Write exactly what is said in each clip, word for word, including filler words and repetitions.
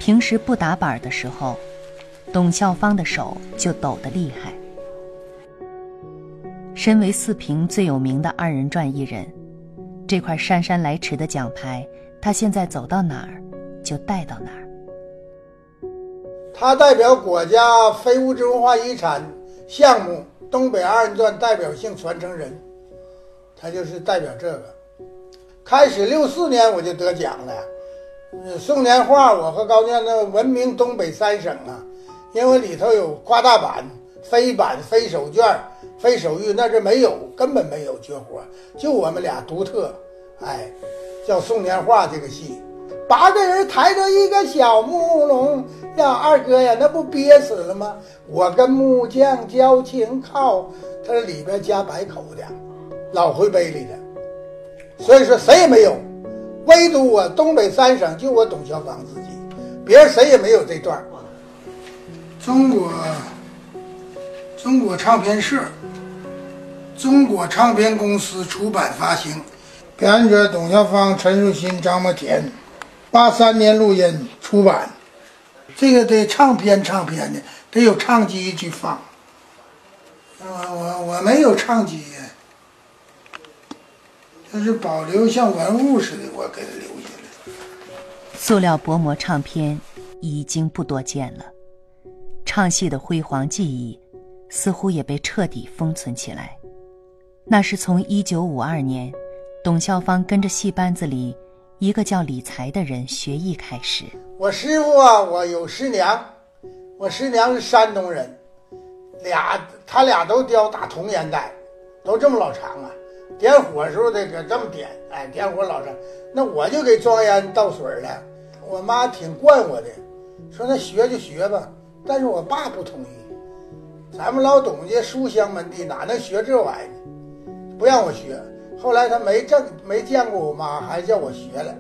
平时不打板的时候，董孝芳的手就抖得厉害。身为四平最有名的二人转艺人，这块姗姗来迟的奖牌，他现在走到哪儿就带到哪儿。 他代表国家非物质文化遗产项目东北二人转代表性传承人，他就是代表这个。开始六四年我就得奖了，送年画我和高健那闻名东北三省啊，因为里头有夸大板、飞板、飞手绢、飞手玉，那是没有，根本没有绝活，就我们俩独特。哎，叫送年画这个戏，八个人抬着一个小木笼呀，二哥呀，那不憋死了吗？我跟木匠交情好，他里边加百口的，老回杯里的，所以说谁也没有，唯独我东北三省就我董孝芳自己，别人谁也没有这段。中国中国唱片社、中国唱片公司出版发行，表演者董孝芳、陈树新、张默田，八三年录音出版。这个得唱片唱片的，得有唱机去放。我我我没有唱机，就是保留像文物似的，我给它留下来。 塑料薄膜唱片已经不多见了，唱戏的辉煌记忆似乎也被彻底封存起来。那是从一九五二年，董孝芳跟着戏班子里一个叫李才的人学艺开始。 我师傅啊，我有师娘，我师娘是山东人，俩他俩都雕打铜烟袋，都这么老长啊。点火时候得给这么点，哎，点火老长。那我就给装烟倒水了。我妈挺惯我的，说那学就学吧，但是我爸不同意。咱们老董家书香门第，哪能学这玩意儿？不让我学。后来他没正没见过我妈，还叫我学了。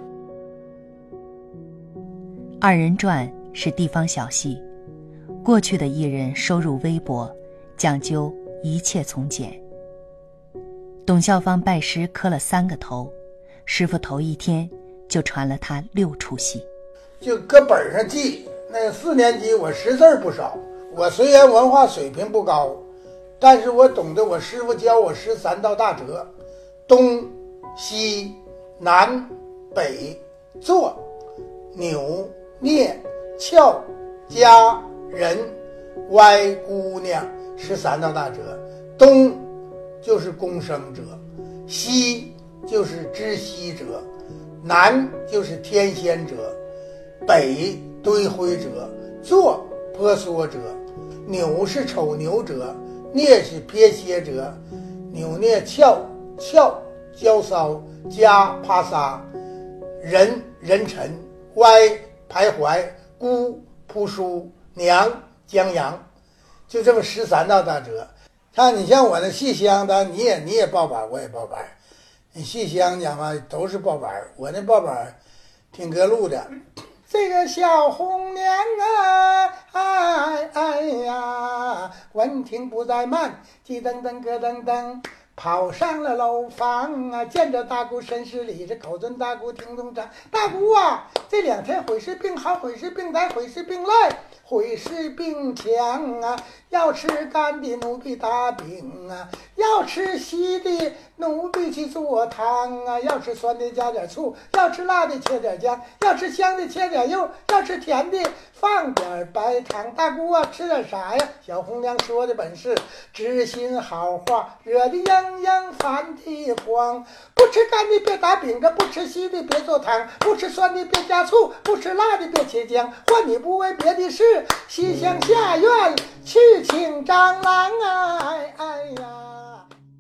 二人转是地方小戏，过去的艺人收入微薄，讲究一切从简。董孝芳拜师磕了三个头，师傅头一天就传了他六出戏， 就搁本上记。那四年级我识字不少，我虽然文化水平不高，但是我懂得我师傅教我十三道大辙：东、西、南、北、坐、扭、捏、翘、夹、人、歪、姑娘，十三道大辙。东就是公生者，西就是知悉者，南就是天仙者，北堆灰者，坐婆娑者，扭是丑牛者，捏是撇蝎者，扭捏翘翘焦骚，夹趴撒，人人臣，歪徘徊，姑扑疏，娘江阳，就这么十三道大辙。看你像我那戏香的，你也你也报板，我也报板。你戏香讲嘛都是报板，我那报板挺隔路的。这个小红娘啊，哎哎呀，闻听不怠慢，叽噔噔咯噔噔。跑上了楼房啊，见着大姑绅士里，这口尊大姑听众长。大姑啊，这两天毁尸病好，毁尸病歹，毁尸病赖，毁尸病强啊！要吃干的奴婢打饼啊，要吃稀的奴婢去做汤啊，要吃酸的加点醋，要吃辣的切点姜，要吃香的切点肉，要吃甜的放点白糖。大姑啊，吃点啥呀？小红娘说的本是知心好话，惹得泱泱烦地慌。不吃干的别打饼啊，不吃稀的别做汤，不吃酸的别加醋，不吃辣的别切姜。换你不为别的事，西厢下院去请蟑螂啊！哎哎呀！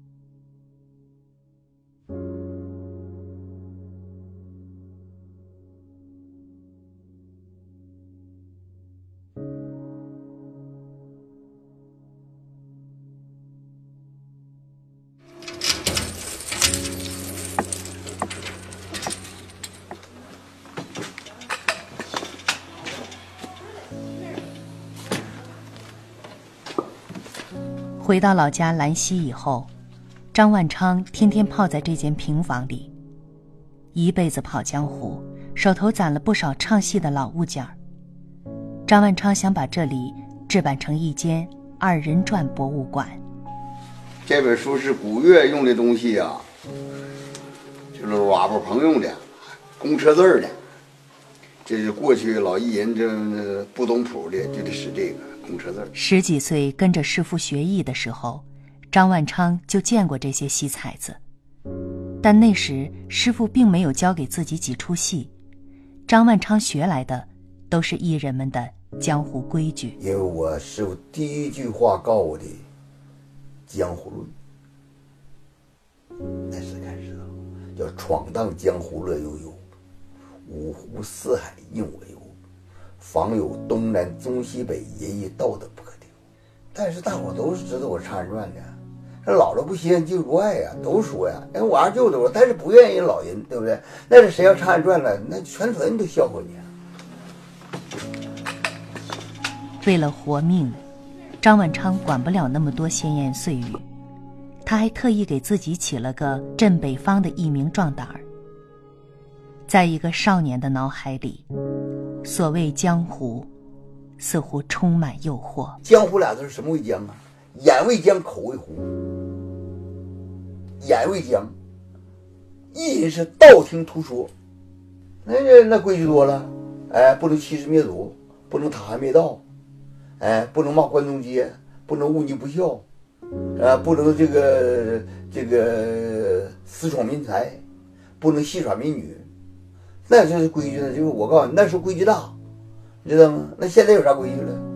回到老家兰溪以后，张万昌天天泡在这间平房里，一辈子跑江湖，手头攒了不少唱戏的老物件儿。 张万昌想把这里置办成一间二人转博物馆。 这本书是古月用的东西啊，就是瓦布棚用的，公车字的。这是过去老艺人这不懂谱的就得使这个公车字。 十几岁跟着师傅学艺的时候，张万昌就见过这些戏彩子，但那时师傅并没有教给自己几出戏，张万昌学来的都是艺人们的江湖规矩。 因为我师傅第一句话告我的江湖论，那时开始叫闯荡江湖乐悠悠，五湖四海任我游，访有东南中西北，仁义道德不可丢。但是大伙都是知道我唱二人转的，这老了不嫌旧不爱呀，都说呀，哎，我二舅子，但是不愿意老人，对不对？那是谁要唱二人转了，那全村都笑话你。 为了活命，张万昌管不了那么多闲言碎语，他还特意给自己起了个镇北方的艺名壮胆儿。在一个少年的脑海里，所谓江湖似乎充满诱惑。 江湖俩字是什么为江啊？眼为江，口为湖。眼为江，艺人是道听途说，那那规矩多了，哎，不能欺师灭祖，不能讨汉灭道，哎，不能骂关中街，不能忤逆不孝，啊，不能这个这个私闯民财，不能戏耍民女，那就是规矩呢。就是我告诉你，那时候规矩大，你知道吗？那现在有啥规矩了？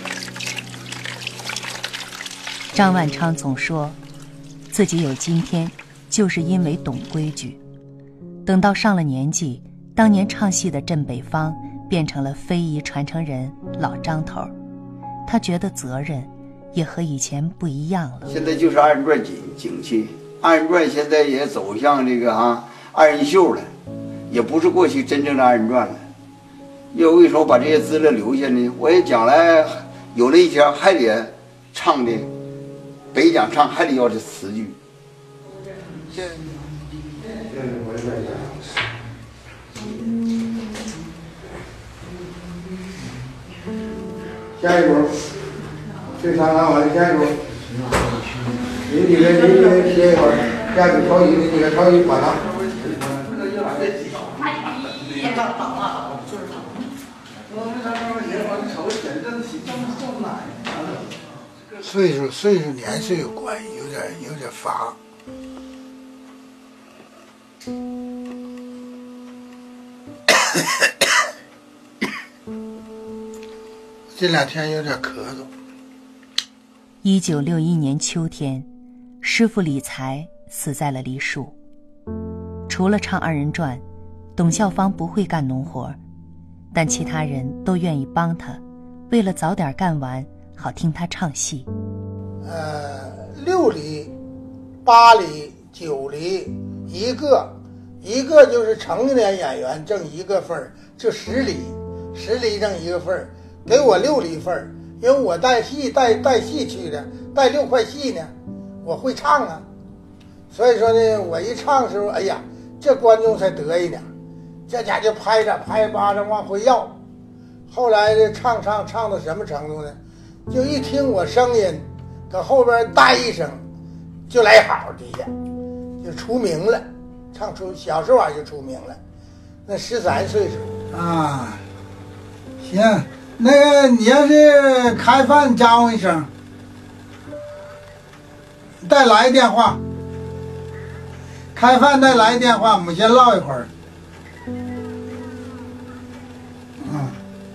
张万昌总说，自己有今天，就是因为懂规矩。等到上了年纪，当年唱戏的镇北方变成了非遗传承人老张头，他觉得责任也和以前不一样了。 现在就是二人转景景气，二人转现在也走向这个啊二人秀了，也不是过去真正的二人转了。要为什么把这些资料留下呢？我也将来有那一天还得唱的北讲唱，还得要这词句。 下一步，这三行完了，下一步，你几个你几个歇一会儿，下一步超一，你几个超一把它。岁数岁数年岁有关系，有点有点乏。这两天有点咳嗽。 一九六一年秋天，师傅李才死在了梨树。除了唱二人转，董孝芳不会干农活，但其他人都愿意帮他，为了早点干完，好听他唱戏。 呃，六厘、八厘、九厘，一个，一个就是成年演员挣一个份儿，就十厘，十厘挣一个份儿，给我六厘份儿，因为我带戏带带戏去的，带六块戏呢，我会唱啊，所以说呢，我一唱的时候，哎呀，这观众才得意呢，这家就拍着拍巴掌往回要。后来这唱唱唱到什么程度呢？就一听我声音，搁后边带一声，就来好底下，就出名了，唱出小时候啊就出名了，那十三岁时候啊。行，那个你要是开饭招呼一声，再来电话。开饭再来电话，我们先唠一会儿。嗯。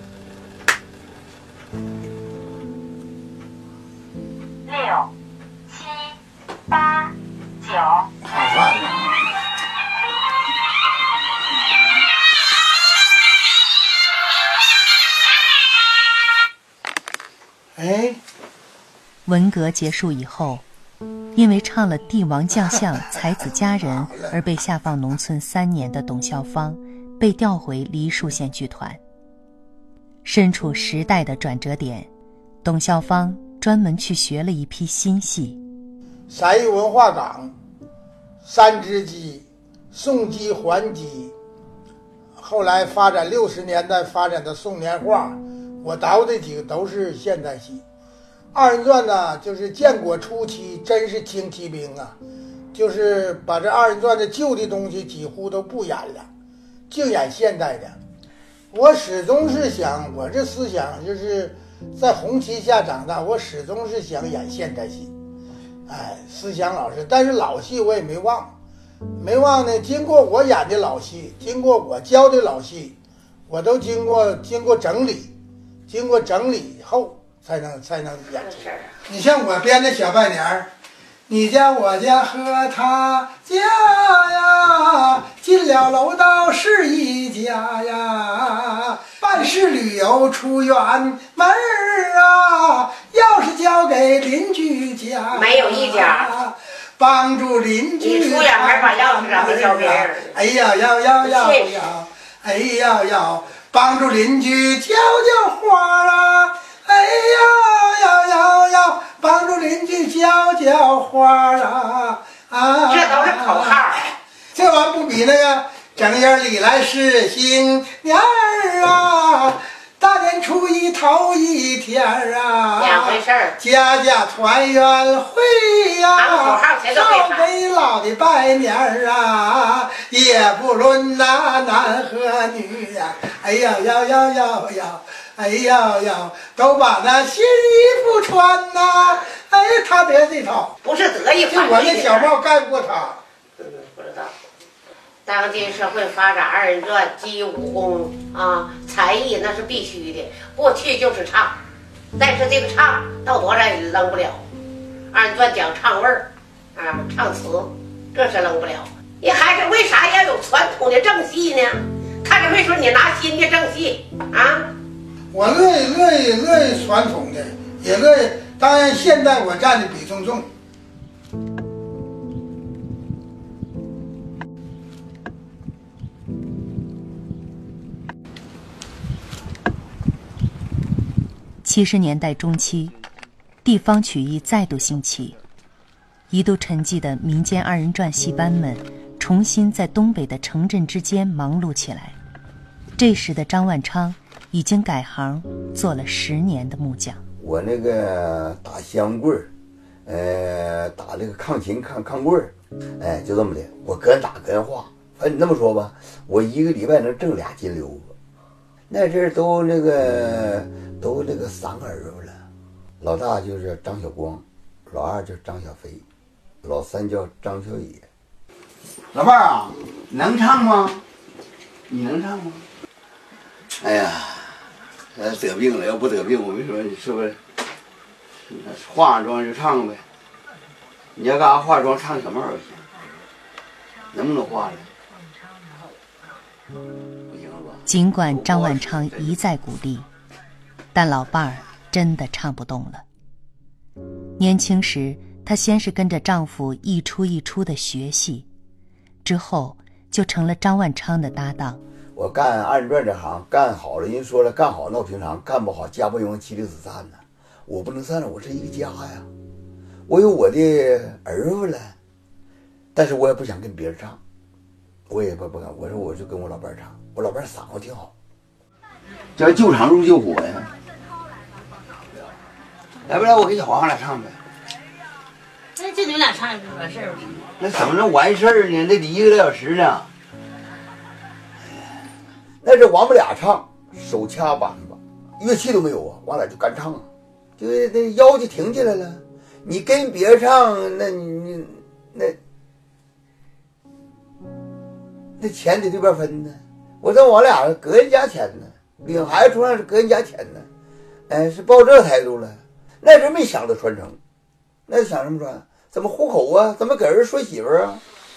六、七、八、九。 好饭了。哎， 文革结束以后，因为唱了帝王将相才子佳人而被下放农村三年的董孝芳，被调回梨树县剧团。身处时代的转折点，董孝芳专门去学了一批新戏。 陕豫文化港、三只鸡、宋鸡、还鸡，后来发展六十年代发展的宋年画， 我导的几个都是现代戏。二人转呢，就是建国初期真是轻骑兵啊，就是把这二人转的旧的东西几乎都不演了，净演现代的。我始终是想，我这思想就是在红旗下长大，我始终是想演现代戏。哎，思想老师，但是老戏我也没忘，没忘呢。经过我演的老戏，经过我教的老戏，我都经过经过整理，经过整理以后才能才能演出。你像我编的小拜年，你家我家和他家呀，进了楼道是一家呀。办事旅游出远门啊，钥匙交给邻居家， 没有一家。 帮助邻居。 你出远门把钥匙让他交别人。 哎呀要要要要，哎呀要帮助邻居浇浇花啊！哎呀要要要帮助邻居浇浇花啊！啊， 这都是口号。 这玩意儿不比那个正月里来是新年儿啊，大年初一头一天啊， 两回事儿。 家家团圆会呀、啊，少给老的拜年儿啊，也不论那男和女呀、啊。哎呀呀呀呀呀！哎呀呀，都把那新衣服穿呐！哎，他别这套， 不是得意反就我那小帽盖不过他。 嗯，不知道。当今社会发展，二人转、技武功啊，才艺那是必须的。过去就是唱，但是这个唱到多少也扔不了。二人转讲唱味儿啊，唱词，这是扔不了。你还是为啥要有传统的正戏呢？看着没说你拿新的正戏啊？ 我乐意乐意乐意传统的，也乐意。当然，现在我占的比重重。 七十年代中期，地方曲艺再度兴起，一度沉寂的民间二人转戏班们重新在东北的城镇之间忙碌起来。这时的张万昌已经改行做了十年的木匠。 我那个打香棍儿，呃，打那个抗琴抗抗棍儿，哎，就这么的。我个人打个人画，反正你这么说吧，我一个礼拜能挣俩金溜子。那阵儿都那个都那个三个儿子了，老大就是张小光，老二叫张小飞，老三叫张小野。 老伴儿啊，能唱吗？你能唱吗？哎呀，呃，得病了，要不得病，我没说你是不是？化上妆就唱呗。你要干啥化妆唱小帽就行，能不能化了？不行了吧？ 尽管张万昌一再鼓励，但老伴儿真的唱不动了。年轻时，她先是跟着丈夫一出一出的学戏，之后就成了张万昌的搭档。 我干二人转这行，干好了，人说了，干好闹平常，干不好家不永妻离子散呢。我不能散了，我是一个家呀，我有我的儿子了，但是我也不想跟别人唱，我也不不敢，我说我就跟我老伴唱，我老伴嗓子挺好， 叫救场如救火呀。来不来，我给小黄俩唱呗。 那就你们俩唱也不完事儿。 那怎么能完事儿呢？那得一个来小时呢。 那是我们俩唱，手掐板子，乐器都没有啊，我俩就干唱啊，就那腰就挺起来了。你跟别人唱，那你那那钱得对半分呢。我这我俩隔人家钱呢，领孩子出来是隔人家钱呢，哎，是抱这态度了。那时没想着传承，那想什么传？怎么糊口啊？怎么给人说媳妇儿啊？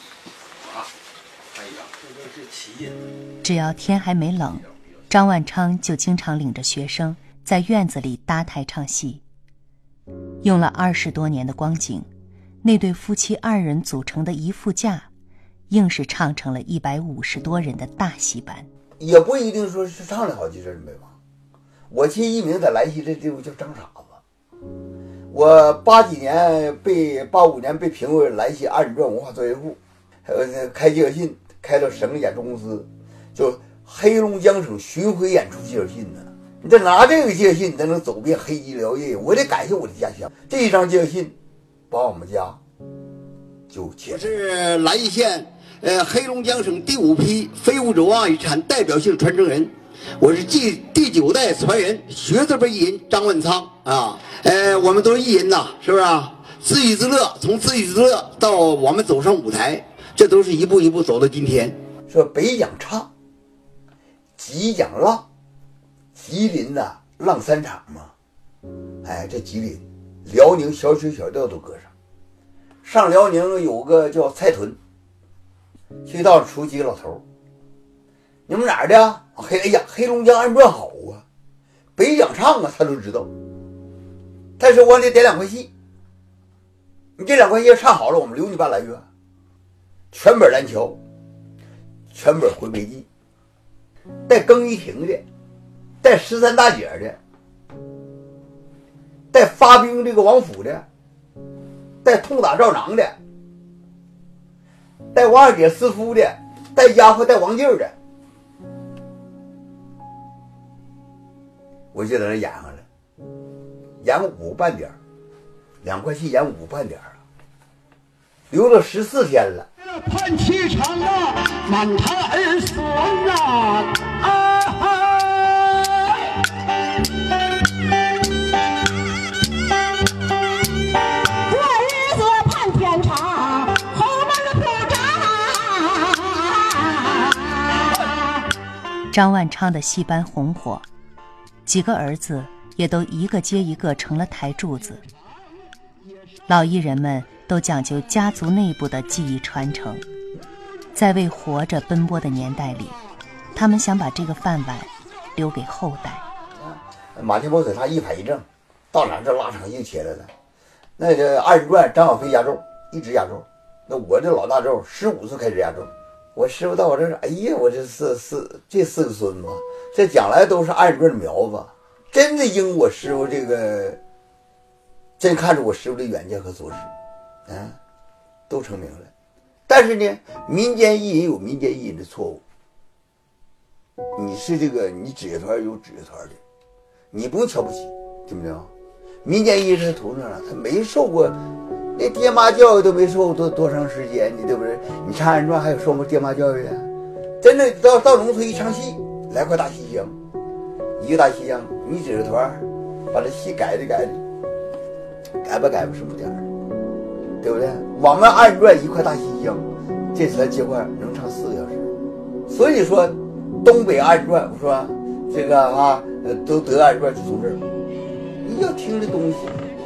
只要天还没冷，张万昌就经常领着学生在院子里搭台唱戏。用了二十多年的光景，那对夫妻二人组成的一副架，硬是唱成了一百五十多人的大戏班。 也不一定说是唱了好几阵没完。我亲一名在兰溪这地方叫张傻子，我八几年被八五年被评为兰溪二人转文化作业户，还有开介绍信，开到省演出公司，就黑龙江省巡回演出介绍信呢。 你再拿这个介绍信，你才能走遍黑吉辽夜。我得感谢我的家乡，这一张介绍信把我们家就起来了。 是兰邑县呃黑龙江省第五批非物质文化遗产代表性传承人，我是第第九代传人，学字辈艺人张万仓啊。呃，我们都是艺人呐，是不是啊？自娱自乐，从自娱自乐到我们走上舞台，这都是一步一步走到今天。 说北讲唱，吉讲浪，吉林呐、啊、浪三场嘛，哎，这吉林、辽宁小曲小调都搁上。上辽宁有个叫蔡屯，去道上出几个老头，你们哪儿的？黑哎呀，黑龙江二转好啊，北讲唱啊，他都知道。但是我得点两块戏，你这两块戏唱好了，我们留你半拉月。全本蓝桥，全本回北记，带更衣亭的，带十三大姐的，带发兵这个王府的，带痛打赵囊的，带王二姐私夫的，带丫鬟带王静的。我就在那演上了，演五半点，两块戏演五半点啊，留了十四天了。 盼七场啊，满堂儿孙啊，啊！过日子盼天长，后门不长。 张万昌的戏班红火，几个儿子也都一个接一个成了台柱子。老艺人们都讲究家族内部的技艺传承，在为活着奔波的年代里，他们想把这个饭碗留给后代。 马天宝在他一拍一正，到哪这拉长就起来了。那个二人转张小飞压轴，一直压轴。那我这老大轴十五岁开始压轴，我师傅到我这儿，哎呀，我这四四这四个孙子，这将来都是二人转的苗子，真的应我师傅这个，真看出我师傅的远见和所识，啊，都成名了。但是呢，民间艺人有民间艺人的错误。你是这个，你职业团有职业团的，你不用瞧不起，听没听？民间艺人是图上了，他没受过那爹妈教育，都没受多多长时间，你对不对？你唱二人转还有受过爹妈教育啊？真的到到农村一唱戏，来块大西厢，一个大西厢，你职业团把这戏改的改的，改吧改吧是不点儿，对不对？我们二人转一块大西厢，这次来接块能唱四个小时，所以说东北二人转，我说这个啊，都得二人转就从这儿，你要听这东西。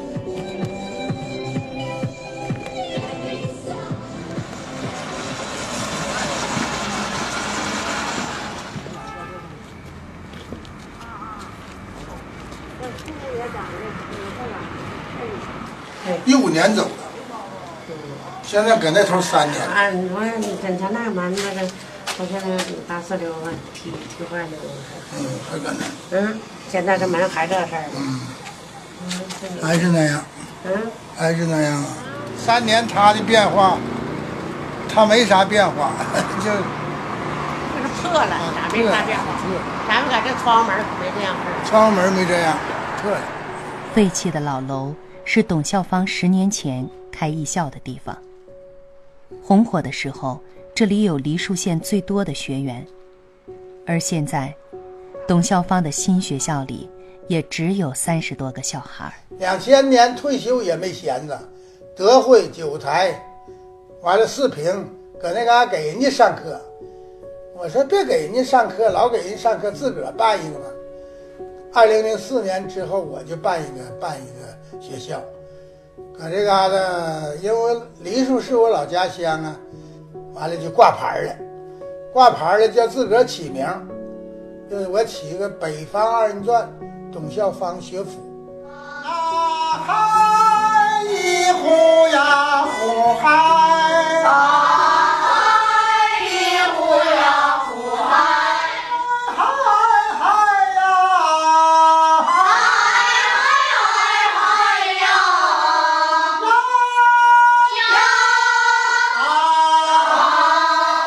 一五年走的，现在搁那头三年。 啊，你说你跟前那蛮那个，我现在大四六啊，替替换的。 嗯，还搁那。 嗯，现在这门还这事儿。 嗯， 嗯， 还是那样。 嗯， 还是那样啊。三年他的变化，他没啥变化，就。 就是破了，咋没啥变化？咱们搁这窗门没这样式儿。 窗门没这样，破了。 废弃的老楼是董孝芳十年前开艺校的地方。红火的时候，这里有梨树县最多的学员，而现在，董孝芳的新学校里也只有三十多个小孩。 两千年退休也没闲着，德惠、九台，完了四平，搁那嘎给人家上课。我说别给人家上课，老给人上课，自个儿办一个吧。二零零四年之后，我就办一个办一个学校，搁这嘎达，因为梨树是我老家乡啊，完了就挂牌了，挂牌了叫自个儿起名，就是我起一个北方二人转董孝芳学府。啊嗨，一呼呀呼嗨，啊嗨，一呼呀呼嗨。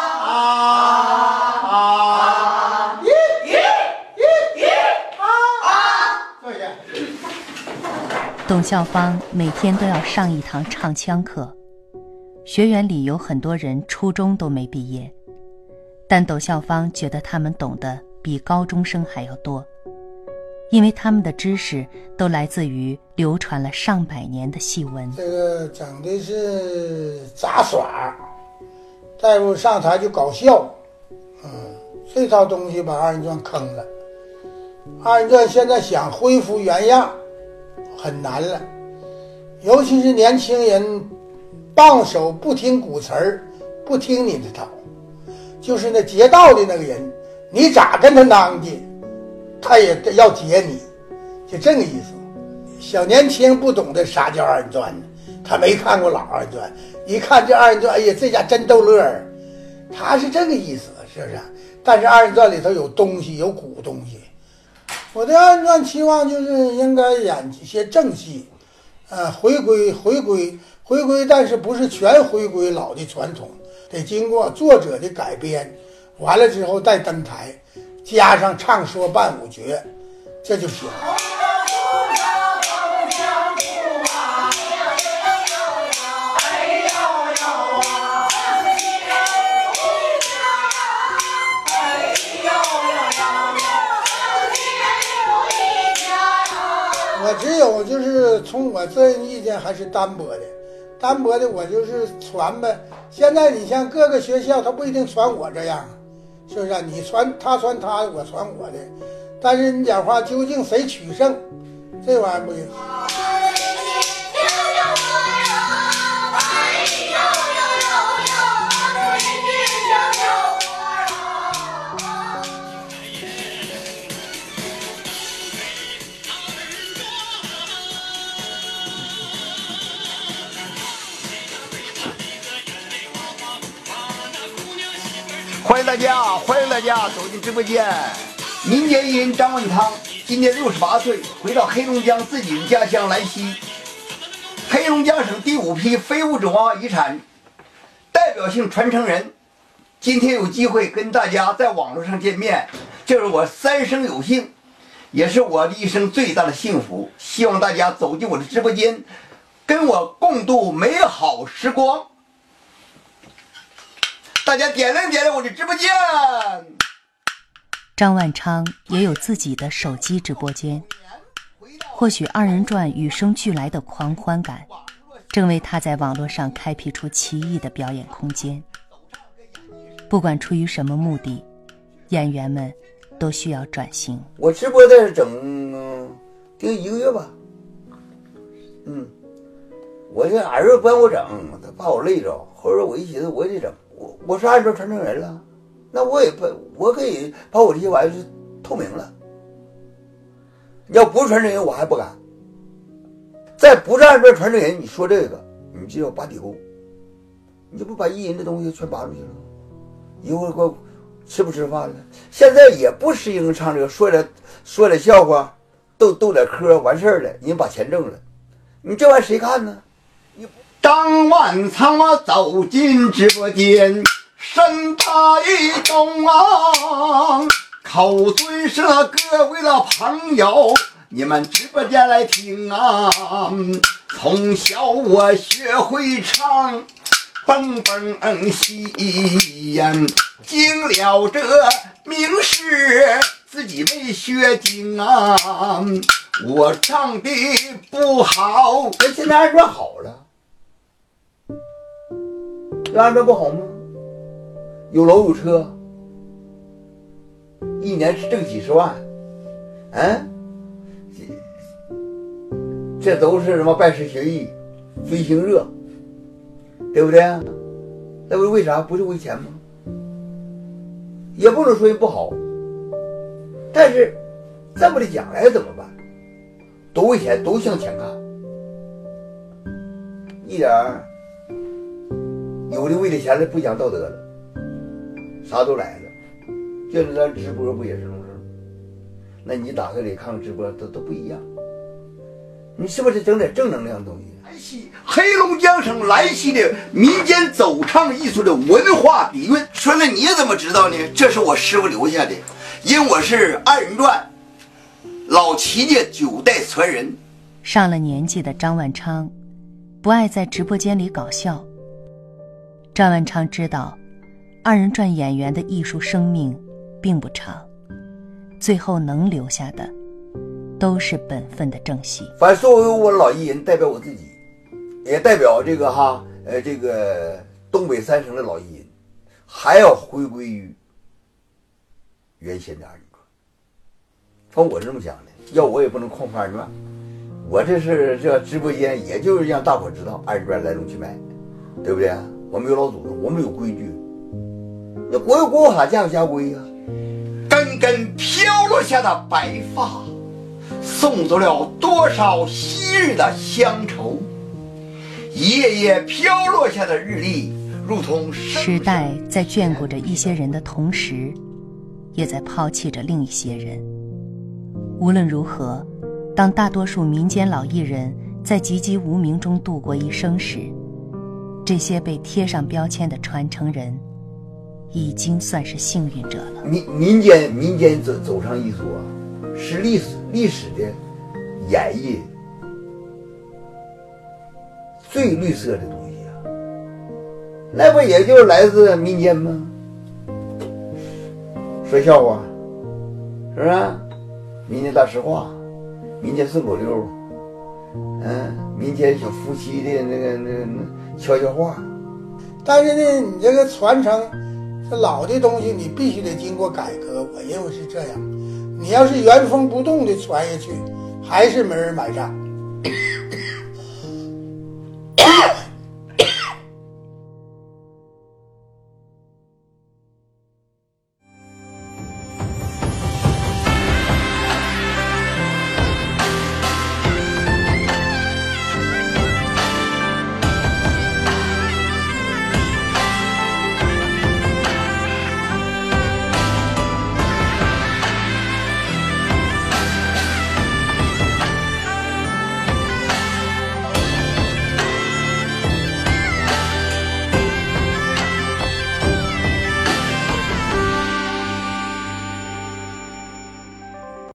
啊董孝芳每天都要上一堂唱腔课，学员里有很多人初中都没毕业，但董孝芳觉得他们懂得比高中生还要多，因为他们的知识都来自于流传了上百年的戏文。 这个整的是杂耍，再不上台就搞笑，嗯，这套东西把二人转坑了。二人转现在想恢复原样很难了，尤其是年轻人棒手不听鼓词儿，不听你的套，就是那劫道的那个人，你咋跟他囔的，他也要劫你，就这个意思。小年轻不懂得啥叫二人转呢，他没看过老二人转，一看这二人转，哎呀，这家真逗乐儿，他是这个意思，是不是？但是二人转里头有东西，有古东西。我对二人转期望就是应该演一些正戏，呃，回归回归回归，但是不是全回归老的传统，得经过作者的改编，完了之后再登台，加上唱说伴舞角，这就行。我只有就是从我个人意见还是单薄的，单薄的我就是传呗。现在你像各个学校，他不一定传我这样，是不是啊？你传他传他，我传我的，但是你讲话究竟谁取胜，这玩意儿不行。 欢迎大家，欢迎大家走进直播间。民间艺人张文昌今年六十八岁，回到黑龙江自己的家乡莱西，黑龙江省第五批非物质文化遗产代表性传承人。今天有机会跟大家在网络上见面，这是我三生有幸，也是我的一生最大的幸福。希望大家走进我的直播间，跟我共度美好时光。大家点亮点亮我的直播间。 张万昌也有自己的手机直播间，或许二人转与生俱来的狂欢感，正为他在网络上开辟出奇异的表演空间。不管出于什么目的，演员们都需要转型。 我直播在这整定一个月吧，嗯，我这二人不让我整，他怕我累着，后来我一寻思，我也得整。我我是二人转传承人了，那我也不，我可以把我这些玩意儿透明了。要不是传承人，我还不敢。再不是二人转传承人，你说这个，你就要拔底沟，你这不把艺人的东西全拔出去了？以后给我吃不吃饭了？现在也不适应唱这个，说点说点笑话，逗逗点嗑，完事儿了，人把钱挣了，你这玩意儿谁看呢？ 张万昌我走进直播间，身大一动啊，口尊舌各位了朋友，你们直播间来听啊。从小我学会唱，蹦蹦戏呀，经了这名师，自己没学精啊。我唱的不好， 那现在二人转好了。二人转不好吗？有楼有车，一年是挣几十万，嗯，这都是什么拜师学艺、飞行热，对不对？那不是为啥？不是为钱吗？也不能说人不好，但是这么的讲来怎么办？都为钱，都向前看，一点儿。有的为了钱了不讲道德了，啥都来了，就是咱直播不也是这种事？那你打开里看看直播都都不一样，你是不是整点正能量的东西？ 莱西，黑龙江省莱西的民间走唱艺术的文化底蕴。说了你怎么知道呢？这是我师傅留下的，因为我是二人转老七届九代传人， 上了年纪的张万昌不爱在直播间里搞笑。张万昌知道二人转演员的艺术生命并不长，最后能留下的都是本分的正戏。 反正作为我老艺人，代表我自己，也代表这个哈呃这个东北三省的老艺人，还要回归于原先的二人转。从我是这么想的，要我也不能旷富二人转，我这是这直播间，也就是让大伙知道二人转来龙去脉，对不对？我们有老祖宗，我们有规矩，那国有国法，家有家规啊。 根根飘落下的白发，送走了多少昔日的乡愁。一页页飘落下的日历，如同时代在眷顾着一些人的同时，也在抛弃着另一些人。无论如何，当大多数民间老艺人在籍籍无名中度过一生时，这些被贴上标签的传承人已经算是幸运者了。 民民间民间走走上艺术啊，是历史历史的演绎最绿色的东西啊，那不也就是来自民间吗？说笑话，是不是？民间大实话，民间顺口溜，嗯，民间小夫妻的那个那个那悄悄话。 但是呢，你这个传承这老的东西，你必须得经过改革，我认为是这样。你要是原封不动的传下去，还是没人买账。